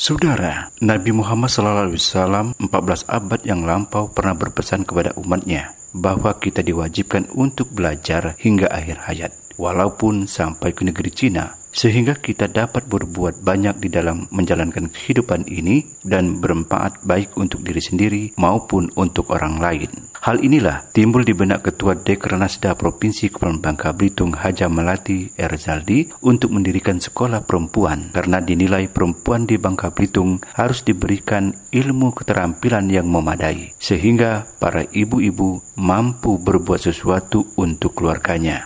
Saudara, Nabi Muhammad SAW 14 abad yang lampau pernah berpesan kepada umatnya bahwa kita diwajibkan untuk belajar hingga akhir hayat, walaupun sampai ke negeri Cina, sehingga kita dapat berbuat banyak di dalam menjalankan kehidupan ini dan bermanfaat baik untuk diri sendiri maupun untuk orang lain. Hal inilah timbul di benak Ketua Dekranasda Provinsi Kepulauan Bangka Belitung Haja Melati Erzaldi untuk mendirikan sekolah perempuan karena dinilai perempuan di Bangka Belitung harus diberikan ilmu keterampilan yang memadai sehingga para ibu-ibu mampu berbuat sesuatu untuk keluarganya.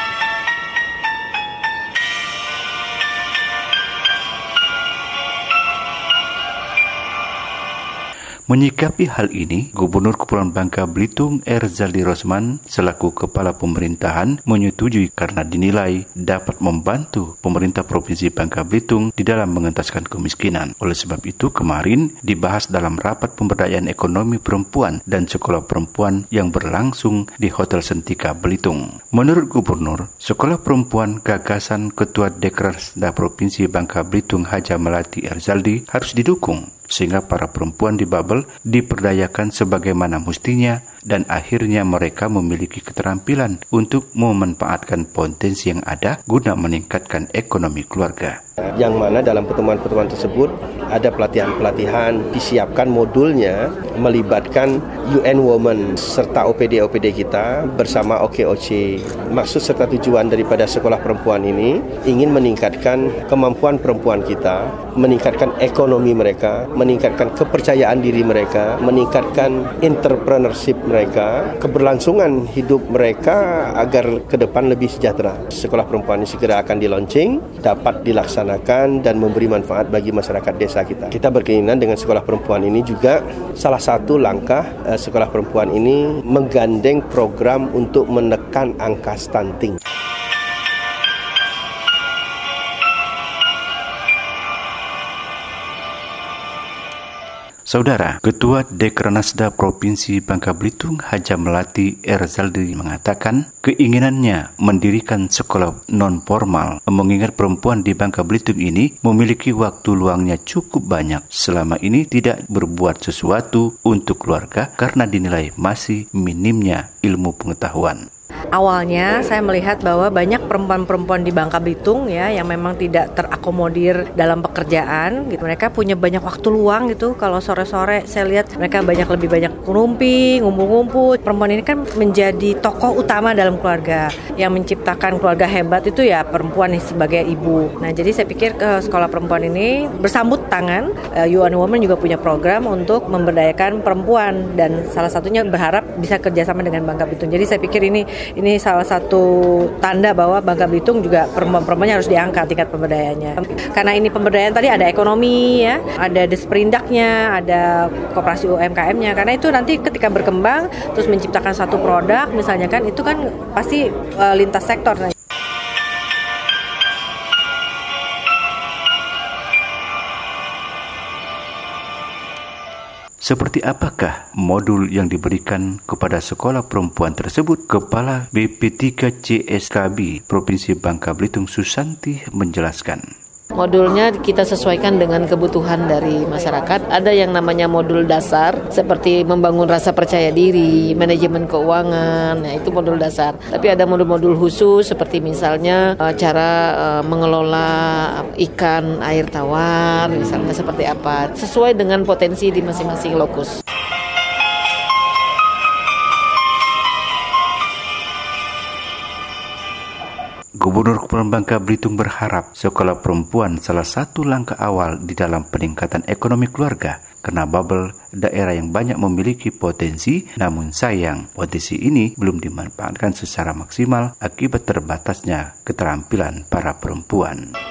Menyikapi hal ini, Gubernur Kepulauan Bangka Belitung Erzaldi Rosman selaku Kepala Pemerintahan menyetujui karena dinilai dapat membantu pemerintah Provinsi Bangka Belitung di dalam mengentaskan kemiskinan. Oleh sebab itu, kemarin dibahas dalam rapat pemberdayaan ekonomi perempuan dan sekolah perempuan yang berlangsung di Hotel Sentika Belitung. Menurut Gubernur, sekolah perempuan gagasan Ketua Dekranasda Provinsi Bangka Belitung Haja Melati Erzaldi harus didukung, sehingga para perempuan di Babel diperdayakan sebagaimana mestinya dan akhirnya mereka memiliki keterampilan untuk memanfaatkan potensi yang ada guna meningkatkan ekonomi keluarga. Yang mana dalam pertemuan-pertemuan tersebut ada pelatihan-pelatihan, disiapkan modulnya melibatkan UN Women serta OPD-OPD kita bersama OKOC. Maksud serta tujuan daripada sekolah perempuan ini ingin meningkatkan kemampuan perempuan kita, meningkatkan ekonomi mereka, meningkatkan kepercayaan diri mereka, meningkatkan entrepreneurship mereka, keberlangsungan hidup mereka agar ke depan lebih sejahtera. Sekolah perempuan ini segera akan di-launching, dapat dilaksanakan dan memberi manfaat bagi masyarakat desa kita. Kita berkeinginan dengan sekolah perempuan ini juga salah satu langkah sekolah perempuan ini menggandeng program untuk menekan angka stunting. Saudara, Ketua Dekranasda Provinsi Bangka Belitung Haja Melati Erzaldi mengatakan keinginannya mendirikan sekolah non-formal mengingat perempuan di Bangka Belitung ini memiliki waktu luangnya cukup banyak selama ini tidak berbuat sesuatu untuk keluarga karena dinilai masih minimnya ilmu pengetahuan. Awalnya saya melihat bahwa banyak perempuan-perempuan di Bangka Belitung ya yang memang tidak terakomodir dalam pekerjaan gitu. Mereka punya banyak waktu luang gitu. Kalau sore-sore saya lihat mereka lebih banyak ngerumpi, ngumpul-ngumpul. Perempuan ini kan menjadi tokoh utama dalam keluarga. Yang menciptakan keluarga hebat itu ya perempuan nih sebagai ibu. Nah, jadi saya pikir sekolah perempuan ini bersambut tangan. UN Women juga punya program untuk memberdayakan perempuan dan salah satunya berharap bisa kerjasama dengan Bangka Belitung. Jadi saya pikir ini salah satu tanda bahwa Bangka Belitung juga perempuan-perempuannya harus diangkat tingkat pemberdayaannya. Karena ini pemberdayaan tadi ada ekonomi ya, ada desperindaknya, ada koperasi UMKM-nya. Karena itu nanti ketika berkembang terus menciptakan satu produk misalnya kan itu kan pasti lintas sektor. Seperti apakah modul yang diberikan kepada sekolah perempuan tersebut? Kepala BP3CSKB Provinsi Bangka Belitung Susanti menjelaskan. Modulnya kita sesuaikan dengan kebutuhan dari masyarakat. Ada yang namanya modul dasar seperti membangun rasa percaya diri, manajemen keuangan, nah itu modul dasar. Tapi ada modul-modul khusus seperti misalnya cara mengelola ikan air tawar, misalnya seperti apa, sesuai dengan potensi di masing-masing lokus. Gubernur Kepulauan Bangka Belitung berharap sekolah perempuan salah satu langkah awal di dalam peningkatan ekonomi keluarga karena Babel daerah yang banyak memiliki potensi, namun sayang potensi ini belum dimanfaatkan secara maksimal akibat terbatasnya keterampilan para perempuan.